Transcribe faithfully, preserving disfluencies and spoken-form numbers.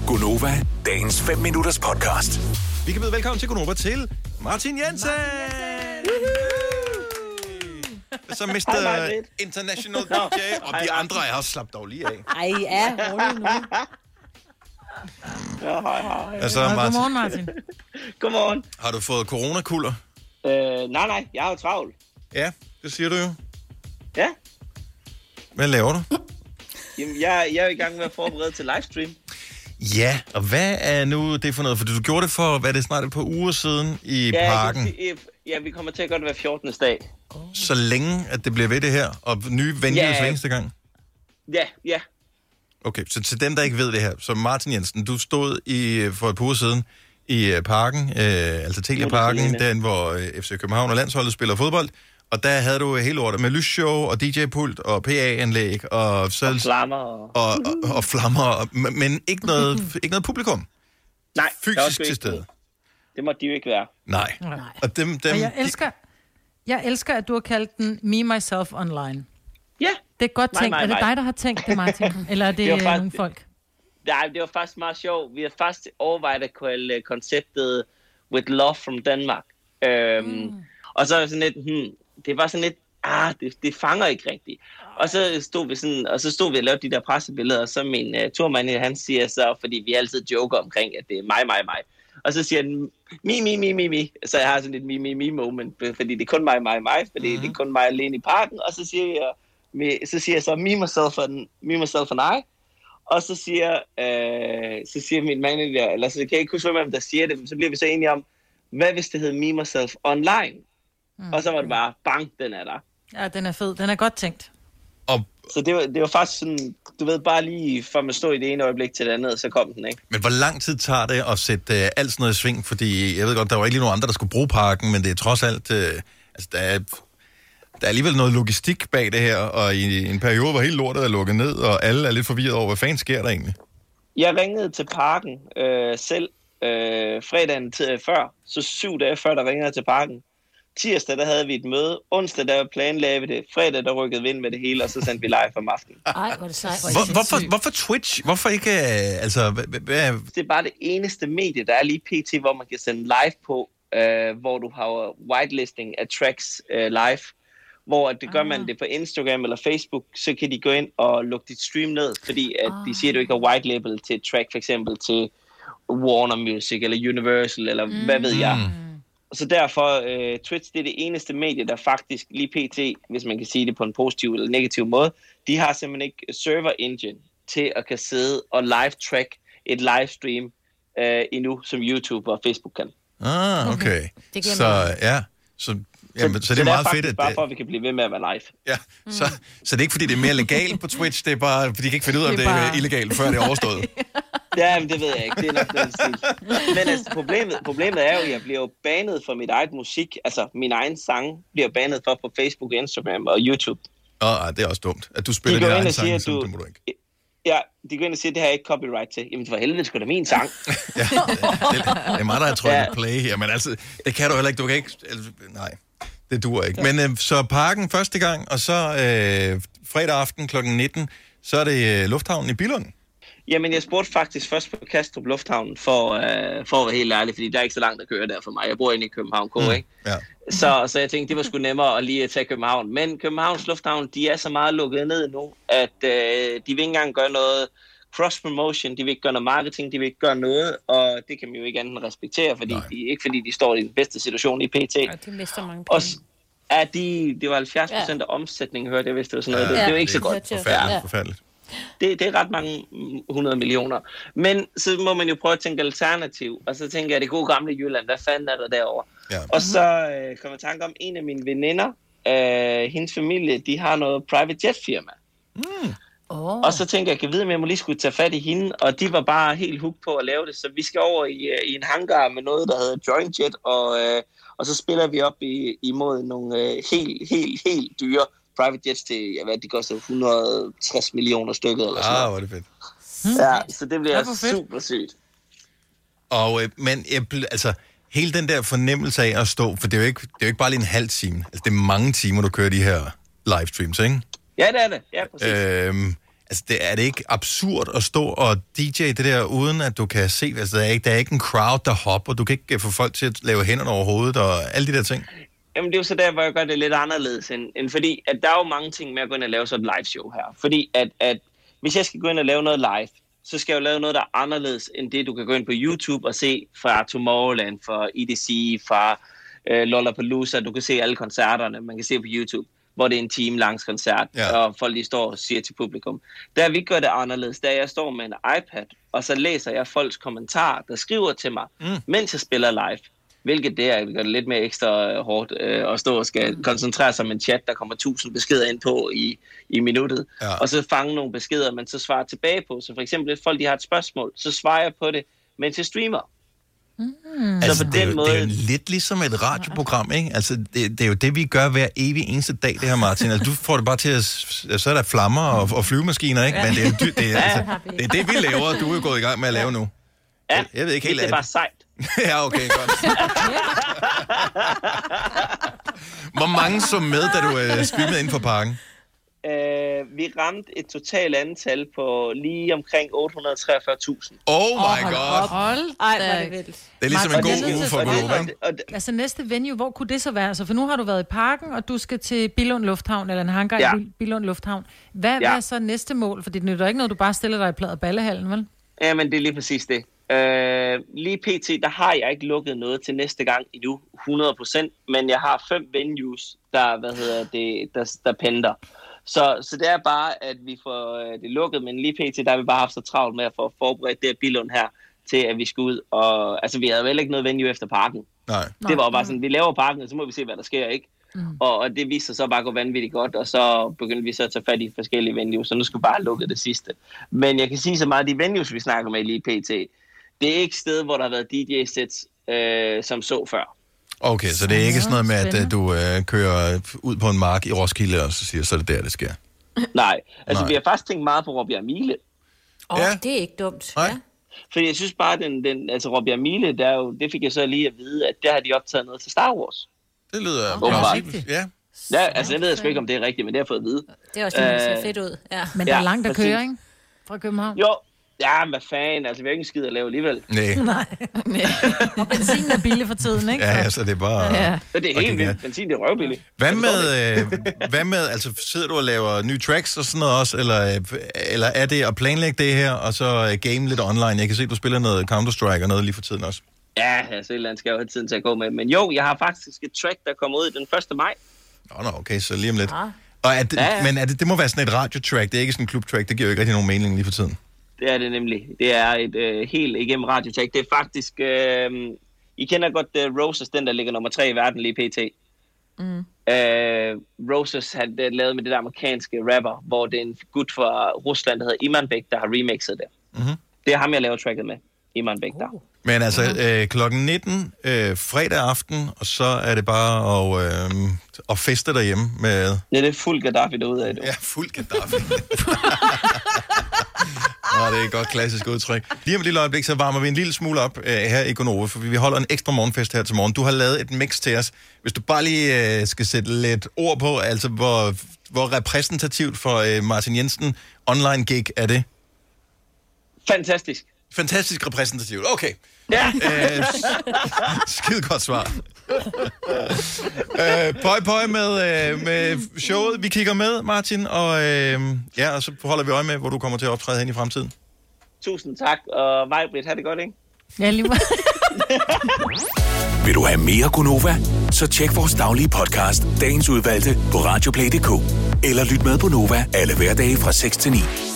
Gonova, dagens fem minutters podcast. Vi kan byde velkommen til Gonova til Martin Jensen! Så mister International D J, og de andre er også slappet dog lige af. Ej, ja, rolig nu. Ja, hej, hej. Altså, Martin, Godmorgen, Martin. Godmorgen. har du fået coronakulder? Øh, nej, nej, jeg er jo travlt. Ja, det siger du jo. Ja. Hvad laver du? Jamen, jeg, jeg er i gang med at forberede til livestream. Ja, og hvad er nu det for noget? For du gjorde det for, hvad er det snart et par uger siden i ja, parken. Jeg, ja, vi kommer til at gøre det hver fjortende dag. Så længe, at det bliver ved det her, og nye venues Ja. hver eneste gang? Ja, ja. Okay, så til dem, der ikke ved det her, så Martin Jensen, du stod i, for et par uger siden i parken, øh, altså Telia-parken, den hvor øh, F C København og landsholdet spiller fodbold, og der havde du hele ordet med lysshow og D J-pult og P A-anlæg og, så, Og flammer. Og, og, og, og flammer, og, men ikke noget, ikke noget publikum. nej, der var Fysisk sgu til ikke stede. noget. Det måtte de jo ikke være. Nej. Nej. Og dem, dem, Og jeg elsker, jeg elsker, at du har kaldt den Me, Myself, Online. Ja. Det er godt Nej, tænkt. nej, Er det nej. dig, der har tænkt det, Martin? Eller er det, Det var det faktisk- nogle folk? Nej, det var faktisk meget sjovt. Vi har faktisk overvejet at kalde konceptet With Love from Denmark. Øhm, mm. Og så er det sådan lidt, hmm, det var sådan lidt, ah, det, det fanger ikke rigtigt. Og så stod vi sådan, og så stod vi og lavede de der pressebilleder, og så min uh, turmand, han siger så, fordi vi altid joker omkring, at det er mig, mig, mig. Og så siger han, mi, mi, mi, mi, mi. Så jeg har sådan et mi, mi, mi moment, fordi det er kun mig, mig, mig, fordi mm-hmm. det er kun mig alene i parken. Og så siger jeg, så siger jeg så, me, myself and, me, myself and I. Og så siger, øh, så siger min manager, eller så kan jeg ikke huske, hvem der siger det, men så bliver vi så enige om, hvad hvis det hed Me, Myself Online? Mm. Og så var det bare, bang, den er der. Ja, den er fed. Den er godt tænkt. og, Så det var, det var faktisk sådan, du ved, bare lige fra man stod i det ene øjeblik til det andet, så kom den, ikke? men hvor lang tid tager det at sætte uh, alt sådan noget i sving? Fordi jeg ved godt, der var ikke lige nogen andre, der skulle bruge parken, men det er trods alt, uh, altså der er, der er alligevel noget logistik bag det her, og i en periode, hvor hele lortet er lukket ned, og alle er lidt forvirret over, hvad fanden sker der egentlig? Jeg ringede til parken øh, selv øh, fredagen til, før, så syv dage før, der ringede jeg til parken. Tirsdag, der havde vi et møde. Onsdag, der planlagde vi det. Fredag, der rykkede vi ind med det hele, og så sendte vi live om aftenen. Ej, hvor er det sejt. Hvor, hvorfor, hvorfor Twitch? Hvorfor ikke, uh, altså, hvad, hvad, Det er bare det eneste medie, der er lige pt, hvor man kan sende live på, øh, hvor du har whitelisting af tracks øh, live. Hvor det gør man det på Instagram eller Facebook, så kan de gå ind og lukke dit stream ned, fordi at de siger, at du ikke har white label til et track, for eksempel til Warner Music eller Universal, eller mm. hvad ved jeg. Så derfor, uh, Twitch, det er det eneste medie, der faktisk lige pt, hvis man kan sige det på en positiv eller negativ måde, de har simpelthen ikke server engine til at kan sidde og live track et livestream uh, endnu, som YouTube og Facebook kan. ah, okay. Det giver Så mening. ja, så, jamen, så, så det er det meget er fedt, faktisk at bare det, for, at vi kan blive ved med at være live. ja, så, så det er ikke, fordi det er mere legalt på Twitch, det er bare, fordi de kan ikke finde ud af, om Det det er er bare- illegalt, før det er overstået. Ja, men det ved jeg ikke. Det er nok den stil. Men altså, problemet, problemet er jo, at jeg bliver jo banet for mit eget musik. Altså, min egen sang bliver banet for på Facebook, Instagram og YouTube. Åh, oh, det er også dumt, at du spiller De din går ind egen og siger, sang, at så du- det må du ikke. Ja, de går ind og siger, at det har jeg ikke copyright til. Jamen for helvede, sgu da min sang. Ja, det, det, det er mig, der har trykket Ja. play her, men altså, det kan du heller ikke, du kan ikke, altså, nej, det duer ikke. Men øh, så parken første gang, og så øh, fredag aften klokken nitten, så er det øh, lufthavnen i Billund. Jamen, jeg spurgte faktisk først på Kastrup Lufthavn, for, øh, for at være helt ærlig, fordi der er ikke så langt at køre der for mig. Jeg bor inde i København K, ikke? Ja. Så, så jeg tænkte, det var sgu nemmere at lige tage København. Men Københavns Lufthavn, de er så meget lukket ned nu, at øh, de vil ikke engang gøre noget cross-promotion, de vil ikke gøre noget marketing, de vil ikke gøre noget, og det kan man jo ikke andet end respektere, fordi de, ikke fordi de står i den bedste situation i P T. Og de mister mange Og penge. s- ja, de, det var halvfjerds procent af omsætningen, hørte jeg, hvis det var sådan noget. Det, det er jo ikke så godt. Forfærdeligt, forfærdeligt. Det, det er ret mange hundrede millioner. Men så må man jo prøve at tænke alternativ, og så tænker jeg, det gode gamle Jylland, hvad fanden er der derovre? Ja. Og så øh, kommer jeg i tanke om en af mine veninder, øh, hendes familie, de har noget private jet firma. Mm. Oh. Og så tænker jeg, jeg kan vide, om jeg må lige skulle tage fat i hende, og de var bare helt hooked på at lave det, så vi skal over i, øh, i en hangar med noget, der hedder Joint Jet, og, øh, og så spiller vi op i, imod nogle øh, helt, helt, helt dyre private jets til, jeg ved, de koster et hundrede og tres millioner stykket eller sådan Ah, noget. hvor er det fedt. Ja, så det bliver Ja, hvor fedt. super sygt. Og, øh, men jeg, bl- altså, hele den der fornemmelse af at stå, for det er jo ikke, det er jo ikke bare lige en halv time. Altså, det er mange timer, du kører de her livestreams, ikke? Ja, det er det. Ja, præcis. Øhm, Altså, det, er det ikke absurd at stå og D J det der, uden at du kan se, altså, der er ikke, der er ikke en crowd, der hopper, du kan ikke få folk til at lave hænderne over hovedet og alle de der ting? Jamen, det er jo så der, hvor jeg gør det lidt anderledes, end, end fordi, at der er jo mange ting med at gå ind og lave sådan et live show her. Fordi at, at hvis jeg skal gå ind og lave noget live, så skal jeg jo lave noget, der er anderledes end det, du kan gå ind på YouTube og se fra Tomorrowland, fra E D C, fra øh, Lollapalooza. Du kan se alle koncerterne, man kan se på YouTube, hvor det er en time langs koncert, ja. Og folk lige står og siger til publikum. Der vi gør det anderledes, der jeg står med en iPad, og så læser jeg folks kommentarer, der skriver til mig, mm. mens jeg spiller live. Hvilket det er, det gør det lidt mere ekstra hårdt øh, at stå og skal mm. koncentrere sig om en chat, der kommer tusind beskeder ind på i, i minuttet. Ja. Og så fange nogle beskeder, man så svarer tilbage på. Så for eksempel, hvis folk de har et spørgsmål, så svarer jeg på det, mens jeg streamer. Mm. Så altså, på det, den er, måde... det er jo lidt ligesom et radioprogram, ikke? Altså, det, det er jo det, vi gør hver evig eneste dag, det her, Martin. Altså, du får det bare til at... Så er der flammer og, og flyvemaskiner, ikke? Men det er, det, det, er, altså, det er det, vi laver, og du er gået i gang med at lave nu. Ja, jeg ved ikke helt, det er bare sejt. Ja, okay, godt. Hvor mange så med, da du øh, streamede inden for parken? Uh, vi ramte et totalt antal på lige omkring otte hundrede og treogfyrre tusind. Oh my god! Hold Ej, hvor er det vildt. Det er ligesom Martin, en god uge for Global. Altså næste venue, hvor kunne det så være? Altså, for nu har du været i parken, og du skal til Billund Lufthavn, eller en hangar ja. i Billund Lufthavn. Hvad, ja. hvad er så næste mål? For det nytter ikke noget, du bare stiller dig i plad og ballehallen, vel? Ja, men det er lige præcis det. Uh, lige pt, der har jeg ikke lukket noget til næste gang endnu, hundrede procent, men jeg har fem venues, der, hvad hedder det, der, der pendler. Så, så det er bare, at vi får uh, det lukket, men lige pt, der har vi bare haft så travlt med at få forberedt det her Billund her, til at vi skal ud, og altså vi havde vel ikke noget venue efter parken. Nej. Det var bare sådan, vi laver parken, og så må vi se, hvad der sker, ikke? Mm. Og, og det viste sig så bare at gå vanvittigt godt, og så begyndte vi så at tage fat i forskellige venues, så nu skal vi bare have lukket det sidste. Men jeg kan sige så meget, de venues, vi snakker med lige pt, det er ikke et sted, hvor der har været D J-sets, øh, som så før. Okay, så det er ikke sådan noget med, at du øh, kører ud på en mark i Roskilde, og så siger, så er det der, det sker? Nej, altså Nej. vi har faktisk tænkt meget på Robbie Amile. Åh, oh, ja. Det er ikke dumt. Nej. Ja. Fordi jeg synes bare, den, den, altså Robbie Amile, der jo, det fik jeg så lige at vide, at der har de optaget noget til Star Wars. Det lyder oh, plausibelt. Ja. Ja, altså jeg ved sgu ikke, om det er rigtigt, men det har jeg fået at vide. Det er også det, der ser fedt ud. Ja. Men der ja, er langt at præcis. køre, ikke? Fra København. Jo, ja, hvad fanden, altså vi har ikke en skid at lave alligevel. Nej. Nej. Og benzin er billig for tiden, ikke? Ja, altså det er bare... Ja. Så det er helt vildt. Benzin, det er røvbilligt. Hvad med, øh, hvad med, altså sidder du og laver nye tracks og sådan noget også, eller, eller er det at planlægge det her, og så game lidt online? Jeg kan se, du spiller noget Counter-Strike og noget lige for tiden også. Ja, altså et eller andet skal jeg jo have tiden til at gå med. Men jo, jeg har faktisk et track, der kommer ud den første maj. Nå, nå, okay, så lige om lidt. Ja. Og er det, Ja, ja. Men er det, det må være sådan et radiotrack, det er ikke sådan en klubtrack, det giver jo ikke rigtig nogen mening lige for tiden. Det er det nemlig. Det er et øh, helt igennem radiotrack. Det er faktisk... Øh, I kender godt uh, Roses, den der ligger nummer tre i verden lige pt. Mm. Øh, Roses har lavet med det der amerikanske rapper, hvor det er en gut fra Rusland, der hedder Iman Bek, der har remixet det. Mm-hmm. Det er ham, jeg laver tracket med. Iman Bek der. Uh. Men altså, øh, klokken nitten, øh, fredag aften, og så er det bare at, øh, at feste derhjemme med... Ja, det er fuld Gaddafi derude af det. Ja, fuld Gaddafi. Nå, det er et godt klassisk udtryk. Lige om et lille øjeblik, så varmer vi en lille smule op øh, her i Gonova, for vi holder en ekstra morgenfest her til morgen. Du har lavet et mix til os. Hvis du bare lige øh, skal sætte lidt ord på, altså hvor, hvor repræsentativt for øh, Martin Jensen online gig er det? Fantastisk. Fantastisk repræsentativt. Okay. Ja. Øh, skide godt svar. øh, pøj, pøj med, øh, med showet. Vi kigger med, Martin, og, øh, ja, og så holder vi øje med, hvor du kommer til at optræde hen i fremtiden. Tusind tak, og Majbrit, ha' det godt, ikke? Ja, lige meget. Vil du have mere Gonova? Så tjek vores daglige podcast, dagens udvalgte, på radioplay punktum d k. Eller lyt med på Nova alle hverdage fra seks til ni.